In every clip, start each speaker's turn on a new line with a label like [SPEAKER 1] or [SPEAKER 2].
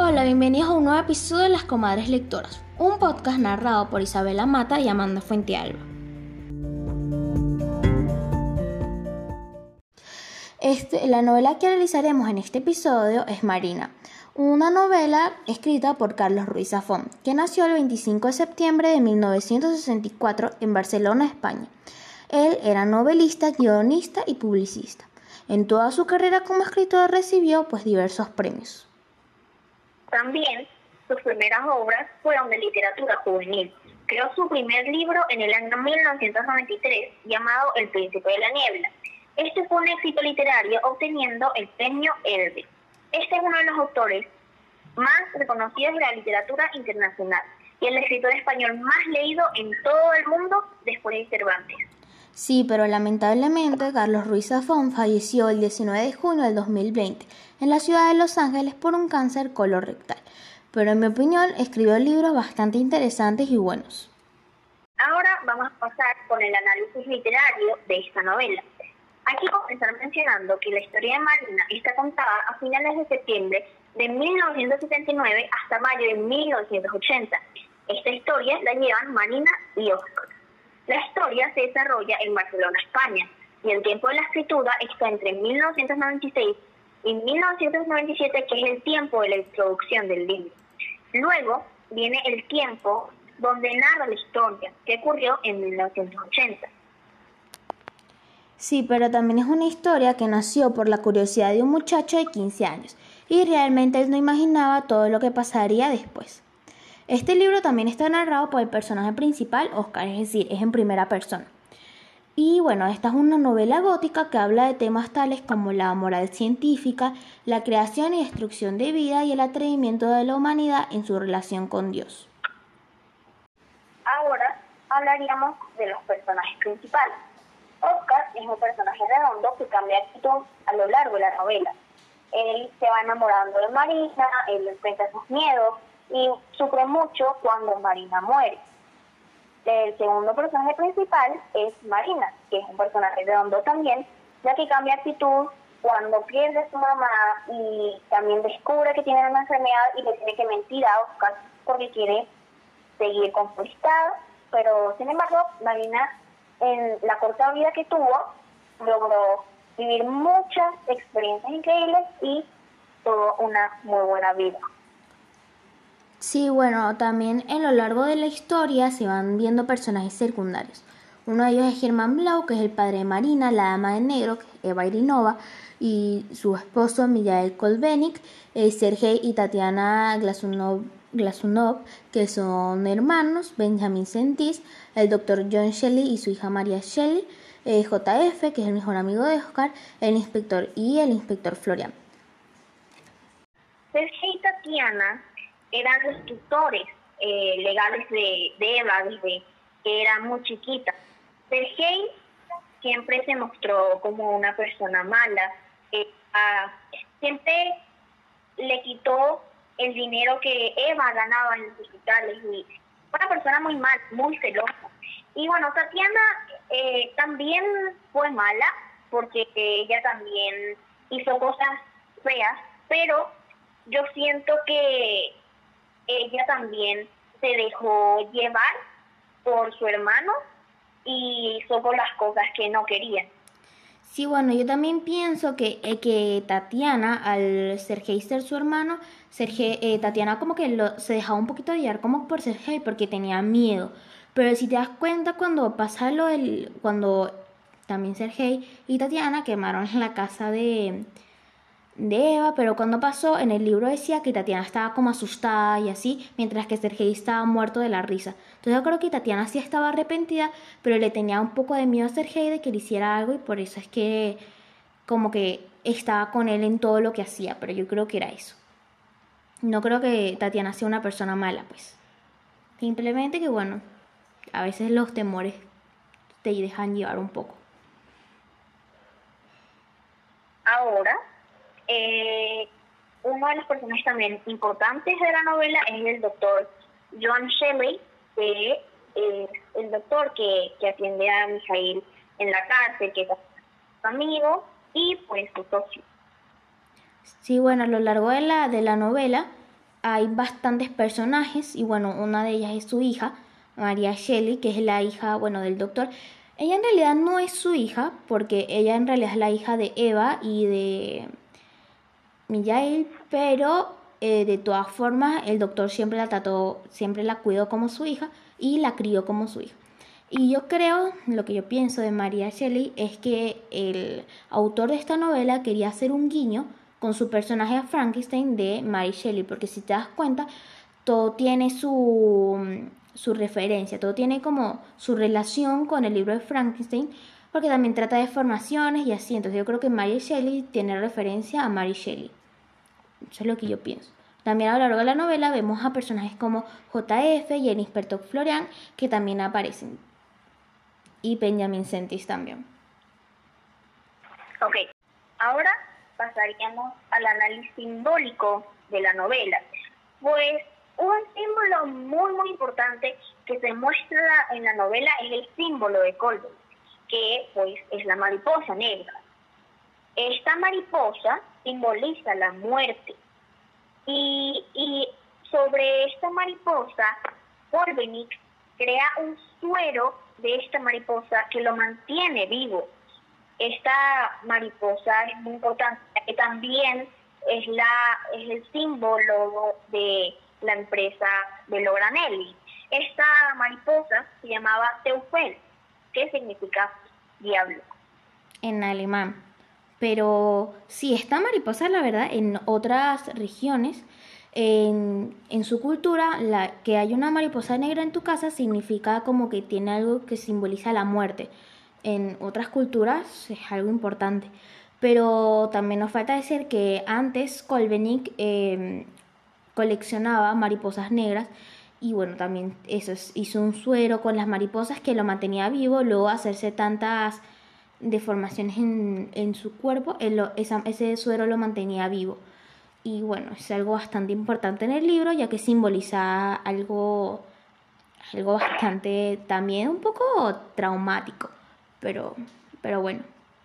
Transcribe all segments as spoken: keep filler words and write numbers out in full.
[SPEAKER 1] Hola, bienvenidos a un nuevo episodio de Las Comadres Lectoras, un podcast narrado por Isabela Mata y Amanda Fuentealba. Este, la novela que analizaremos en este episodio es Marina, una novela escrita por Carlos Ruiz Zafón, que nació el veinticinco de septiembre de mil novecientos sesenta y cuatro en Barcelona, España. Él era novelista, guionista y publicista. En toda su carrera como escritor recibió pues diversos premios.
[SPEAKER 2] También sus primeras obras fueron de literatura juvenil. Creó su primer libro en el año mil novecientos noventa y tres, llamado El Príncipe de la Niebla. Este fue un éxito literario, obteniendo el premio Elbe. Este es uno de los autores más reconocidos de la literatura internacional y el escritor español más leído en todo el mundo después de Cervantes.
[SPEAKER 1] Sí, pero lamentablemente Carlos Ruiz Zafón falleció el diecinueve de junio del dos mil veinte en la ciudad de Los Ángeles por un cáncer colorectal. Pero en mi opinión escribió libros bastante interesantes y buenos.
[SPEAKER 2] Ahora vamos a pasar con el análisis literario de esta novela. Aquí comenzar mencionando que la historia de Marina está contada a finales de septiembre de mil novecientos setenta y nueve hasta mayo de mil novecientos ochenta. Esta historia la llevan Marina y Oscar. La historia se desarrolla en Barcelona, España, y el tiempo de la escritura está entre mil novecientos noventa y seis y mil novecientos noventa y siete, que es el tiempo de la introducción del libro. Luego viene el tiempo donde narra la historia, que ocurrió en mil novecientos ochenta.
[SPEAKER 1] Sí, pero también es una historia que nació por la curiosidad de un muchacho de quince años, y realmente él no imaginaba todo lo que pasaría después. Este libro también está narrado por el personaje principal, Oscar, es decir, es en primera persona. Y bueno, esta es una novela gótica que habla de temas tales como la moral científica, la creación y destrucción de vida y el atrevimiento de la humanidad en su relación con Dios.
[SPEAKER 2] Ahora hablaríamos de los personajes principales. Oscar es un personaje redondo que cambia de actitud a lo largo de la novela. Él se va enamorando de Marina, él enfrenta sus miedos y sufre mucho cuando Marina muere. El segundo personaje principal es Marina, que es un personaje redondo también, ya que cambia actitud cuando pierde a su mamá y también descubre que tiene una enfermedad y le tiene que mentir a Oscar porque quiere seguir con su estado. Pero sin embargo, Marina, en la corta vida que tuvo, logró vivir muchas experiencias increíbles y tuvo una muy buena vida.
[SPEAKER 1] Sí, bueno, también a lo largo de la historia se van viendo personajes secundarios. Uno de ellos es Germán Blau, que es el padre de Marina, la dama de negro, que es Eva Irinova, y su esposo Mijael Kolbenik, eh, Sergei y Tatiana Glasunov, Glasunov, que son hermanos, Benjamin Sentis, el doctor John Shelley y su hija María Shelley, eh, J F, que es el mejor amigo de Oscar, el inspector y el inspector Florian.
[SPEAKER 2] Sergei y Tatiana eran los tutores eh, legales de, de Eva desde que era muy chiquita. Sergei siempre se mostró como una persona mala, eh, ah, siempre le quitó el dinero que Eva ganaba en los hospitales y fue una persona muy mal, muy celosa. Y bueno, Tatiana eh, también fue mala porque ella también hizo cosas feas, pero yo siento que ella también se dejó llevar por su hermano y hizo por las cosas que no quería.
[SPEAKER 1] Sí, bueno, yo también pienso que, eh, que Tatiana, al Sergei ser su hermano, Sergei, eh, Tatiana como que lo, se dejaba un poquito guiar como por Sergei porque tenía miedo. Pero si te das cuenta cuando pasa lo del, cuando también Sergei y Tatiana quemaron la casa de... de Eva, pero cuando pasó en el libro decía que Tatiana estaba como asustada y así, mientras que Sergei estaba muerto de la risa. Entonces yo creo que Tatiana sí estaba arrepentida, pero le tenía un poco de miedo a Sergei de que le hiciera algo y por eso es que como que estaba con él en todo lo que hacía, pero yo creo que era eso. No creo que Tatiana sea una persona mala, pues. Simplemente que bueno, a veces los temores te dejan llevar un poco.
[SPEAKER 2] Ahora, Eh, uno de los personajes también importantes de la novela es el doctor John Shelley, que es el doctor que, que atiende a Mijail en la cárcel, que es su amigo y pues su socio.
[SPEAKER 1] Sí, bueno, a lo largo de la, de la novela hay bastantes personajes y bueno, una de ellas es su hija, María Shelley, que es la hija, bueno, del doctor. Ella en realidad no es su hija, porque ella en realidad es la hija de Eva y de Mijail, pero eh, de todas formas el doctor siempre la trató, siempre la cuidó como su hija y la crió como su hija. Y yo creo, lo que yo pienso de María Shelley es que el autor de esta novela quería hacer un guiño con su personaje a Frankenstein de Mary Shelley, porque si te das cuenta, todo tiene su, su referencia, todo tiene como su relación con el libro de Frankenstein, porque también trata de formaciones y así. Entonces yo creo que Mary Shelley tiene referencia a Mary Shelley. Eso es lo que yo pienso. También a lo largo de la novela vemos a personajes como J F y el inspector Florian, que también aparecen. Y Benjamin Sentis también.
[SPEAKER 2] Ok, ahora pasaríamos al análisis simbólico de la novela. Pues un símbolo muy muy importante que se muestra en la novela es el símbolo de Colbert, que pues es la mariposa negra. Esta mariposa simboliza la muerte y, y sobre esta mariposa Corbenic crea un suero de esta mariposa que lo mantiene vivo. Esta mariposa es muy importante, que también es, la, es el símbolo de la empresa de Logranelli. Esta mariposa se llamaba Teufel, que significa diablo.
[SPEAKER 1] En alemán. Pero sí, esta mariposa, la verdad, en otras regiones, en, en su cultura, la, que hay una mariposa negra en tu casa significa como que tiene algo que simboliza la muerte. En otras culturas es algo importante. Pero también nos falta decir que antes Kolbenig eh, coleccionaba mariposas negras y bueno, también eso es, hizo un suero con las mariposas que lo mantenía vivo, luego hacerse tantas deformaciones en, en su cuerpo, él, esa, ese suero lo mantenía vivo. Y bueno, es algo bastante importante en el libro, ya que simboliza algo, algo bastante también un poco traumático, pero, pero bueno.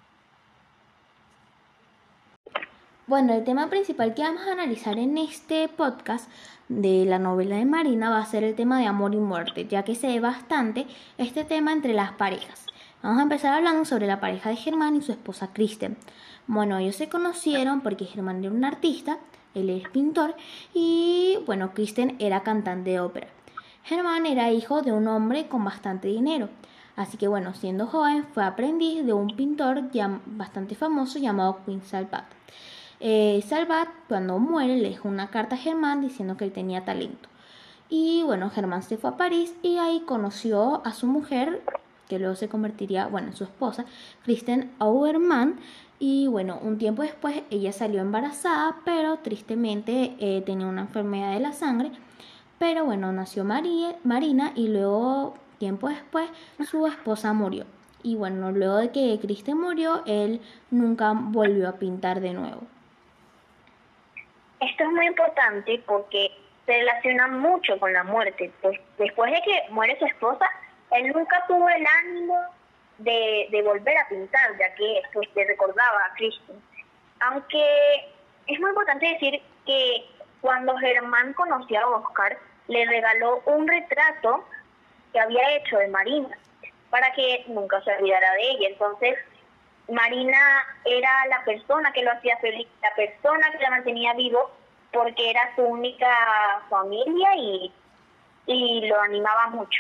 [SPEAKER 1] Bueno, el tema principal que vamos a analizar en este podcast de la novela de Marina va a ser el tema de amor y muerte, ya que se ve bastante este tema entre las parejas. Vamos a empezar hablando sobre la pareja de Germán y su esposa Kristen. Bueno, ellos se conocieron porque Germán era un artista, él es pintor y bueno, Kristen era cantante de ópera. Germán era hijo de un hombre con bastante dinero, así que bueno, siendo joven fue aprendiz de un pintor bastante famoso llamado Queen Salvat. Eh, Salvat, cuando muere, le dejó una carta a Germán diciendo que él tenía talento. Y bueno, Germán se fue a París y ahí conoció a su mujer, que luego se convertiría, bueno, en su esposa, Kristen Auermann. Y bueno, un tiempo después ella salió embarazada, pero tristemente eh, tenía una enfermedad de la sangre. Pero bueno, nació María, Marina y luego, tiempo después, su esposa murió. Y bueno, luego de que Kristen murió, él nunca volvió a pintar de nuevo.
[SPEAKER 2] Esto es muy importante porque se relaciona mucho con la muerte. Pues después de que muere su esposa, él nunca tuvo el ánimo de, de volver a pintar, ya que pues, le recordaba a Kristen. Aunque es muy importante decir que cuando Germán conoció a Oscar, le regaló un retrato que había hecho de Marina, para que nunca se olvidara de ella. Entonces, Marina era la persona que lo hacía feliz, la persona que la mantenía vivo, porque era su única familia y, y lo animaba mucho.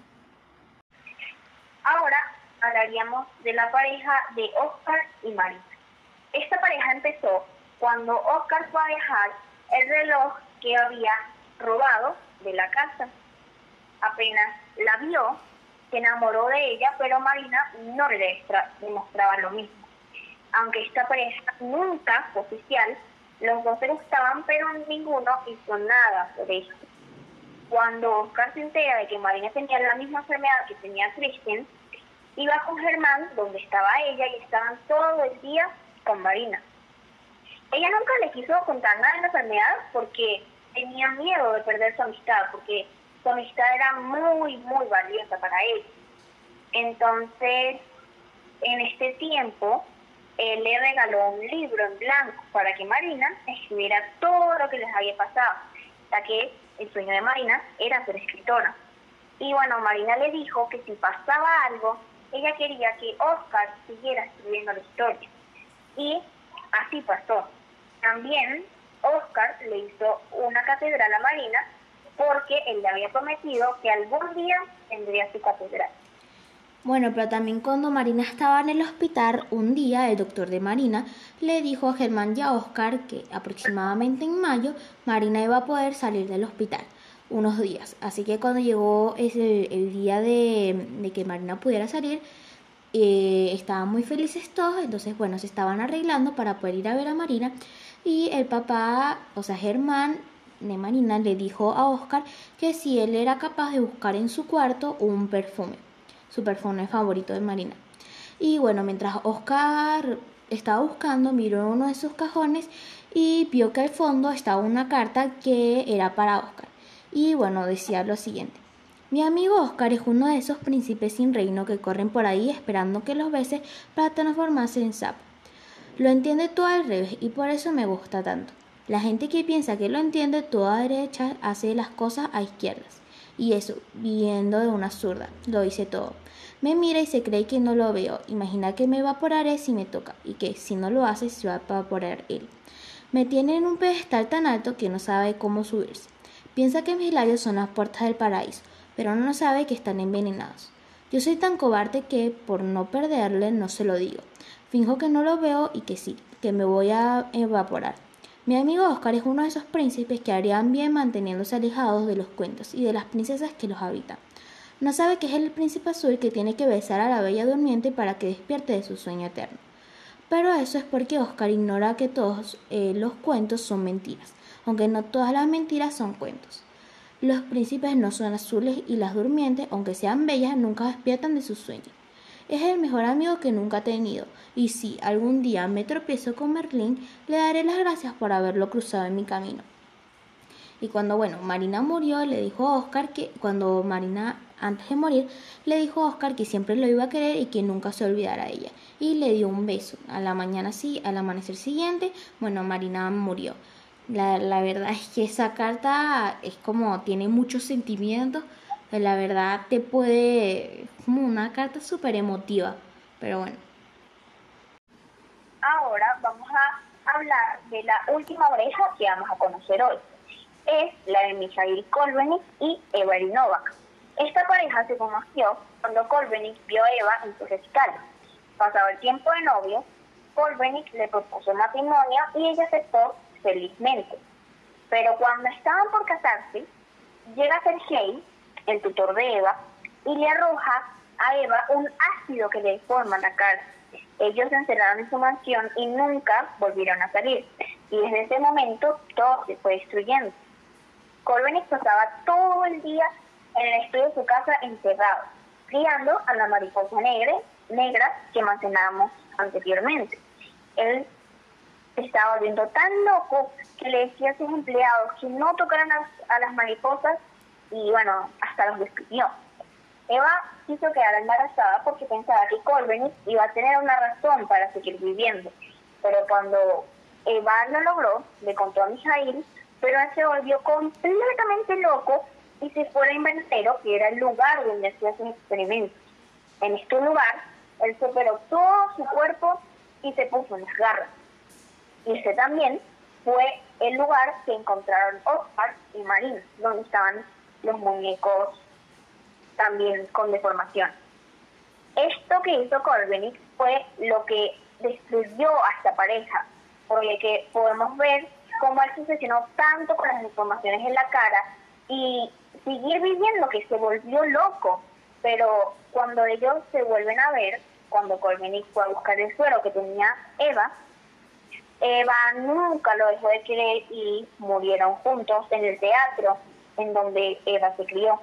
[SPEAKER 2] Ahora hablaríamos de la pareja de Oscar y Marina. Esta pareja empezó cuando Oscar fue a dejar el reloj que había robado de la casa. Apenas la vio, se enamoró de ella, pero Marina no le demostraba lo mismo. Aunque esta pareja nunca fue oficial, los dos se gustaban, pero ninguno hizo nada por eso. Cuando Oscar se entera de que Marina tenía la misma enfermedad que tenía Kristen, iba con Germán, donde estaba ella, y estaban todo el día con Marina. Ella nunca le quiso contar nada de la enfermedad porque tenía miedo de perder su amistad, porque su amistad era muy, muy valiosa para él. Entonces, en este tiempo, él le regaló un libro en blanco para que Marina escribiera todo lo que les había pasado. ya que el sueño de Marina era ser escritora. Y bueno, Marina le dijo que si pasaba algo, ella quería que Oscar siguiera escribiendo la historia. Y así pasó. También Oscar le hizo una catedral a Marina porque él le había prometido que algún día tendría su catedral.
[SPEAKER 1] Bueno, pero también cuando Marina estaba en el hospital, un día el doctor de Marina le dijo a Germán y a Oscar que aproximadamente en mayo Marina iba a poder salir del hospital unos días. Así que cuando llegó ese, el día de, de que Marina pudiera salir, eh, estaban muy felices todos. Entonces, bueno, se estaban arreglando para poder ir a ver a Marina. Y el papá, o sea, Germán de Marina, le dijo a Oscar que si él era capaz de buscar en su cuarto un perfume, su perfume favorito de Marina. Y bueno, mientras Oscar estaba buscando, miró en uno de sus cajones y vio que al fondo estaba una carta que era para Oscar. Y bueno, decía lo siguiente: mi amigo Oscar es uno de esos príncipes sin reino que corren por ahí esperando que los beses para transformarse en sapo. Lo entiende todo al revés y por eso me gusta tanto. La gente que piensa que lo entiende todo a derecha hace las cosas a izquierdas. Y eso, viendo de una zurda, lo dice todo. Me mira y se cree que no lo veo. Imagina que me evaporaré si me toca y que si no lo hace se va a evaporar él. Me tiene en un pedestal tan alto que no sabe cómo subirse. Piensa que mis labios son las puertas del paraíso, pero no sabe que están envenenados. Yo soy tan cobarde que, por no perderle, no se lo digo. Finjo que no lo veo y que sí, que me voy a evaporar. Mi amigo Oscar es uno de esos príncipes que harían bien manteniéndose alejados de los cuentos y de las princesas que los habitan. No sabe que es el príncipe azul que tiene que besar a la bella durmiente para que despierte de su sueño eterno. Pero eso es porque Oscar ignora que todos eh, los cuentos son mentiras, aunque no todas las mentiras son cuentos. Los príncipes no son azules y las durmientes, aunque sean bellas, nunca despiertan de sus sueños. Es el mejor amigo que nunca he tenido, y si algún día me tropiezo con Merlín, le daré las gracias por haberlo cruzado en mi camino. Y cuando, bueno, Marina murió, le dijo a Oscar que, cuando Marina, antes de morir, le dijo a Oscar que siempre lo iba a querer y que nunca se olvidara de ella. Y le dio un beso. A la mañana, sí, al amanecer siguiente, bueno, Marina murió. La, la verdad es que esa carta es como, tiene muchos sentimientos. La verdad te puede, es como una carta súper emotiva, pero bueno.
[SPEAKER 2] Ahora vamos a hablar de la última pareja que vamos a conocer hoy. Es la de Mikhail Coldvenich y Eva Novak. Esta pareja se conoció cuando Coldvenich vio a Eva en su recital. Pasado el tiempo de novio, Coldvenich le propuso matrimonio y ella aceptó felizmente. Pero cuando estaban por casarse, llega Sergei, el tutor de Eva, y le arroja a Eva un ácido que le deforma la cara. Ellos se encerraron en su mansión y nunca volvieron a salir. Y desde ese momento todo se fue destruyendo. Coldvenich pasaba todo el día en el estudio de su casa encerrado, criando a la mariposa negra, negra que mencionábamos anteriormente. Él se estaba volviendo tan loco que le decía a sus empleados que no tocaran a, a las mariposas y bueno, hasta los despidió. Eva quiso quedar embarazada porque pensaba que Coldvenich iba a tener una razón para seguir viviendo. Pero cuando Eva lo logró, le contó a Mikhail, pero él se volvió completamente loco y se fue al invernadero, que era el lugar donde hacía sus experimentos. En este lugar, él se operó todo su cuerpo y se puso en las garras. Y ese también fue el lugar que encontraron Oscar y Marina, donde estaban los muñecos también con deformación. Esto que hizo Coldvenich fue lo que destruyó a esta pareja, porque que podemos ver cómo él se obsesionó tanto con las deformaciones en la cara y seguir viviendo, que se volvió loco. Pero cuando ellos se vuelven a ver, cuando Coldvenich fue a buscar el suero que tenía Eva, Eva nunca lo dejó de querer y murieron juntos en el teatro en donde Eva se crió.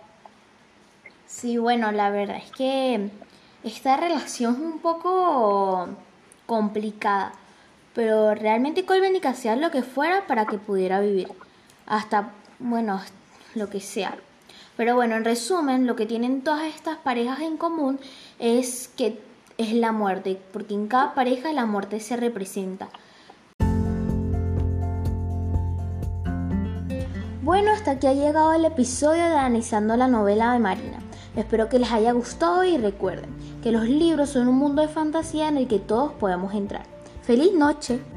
[SPEAKER 1] Sí, bueno, la verdad es que esta relación es un poco complicada, pero realmente Coldvenich hacía lo que fuera para que pudiera vivir, hasta, bueno, lo que sea. Pero bueno, en resumen, lo que tienen todas estas parejas en común es que es la muerte, porque en cada pareja la muerte se Bueno, hasta aquí ha llegado el episodio de Analizando la novela de Marina. Espero que les haya gustado y recuerden que los libros son un mundo de fantasía en el que todos podemos entrar. ¡Feliz noche!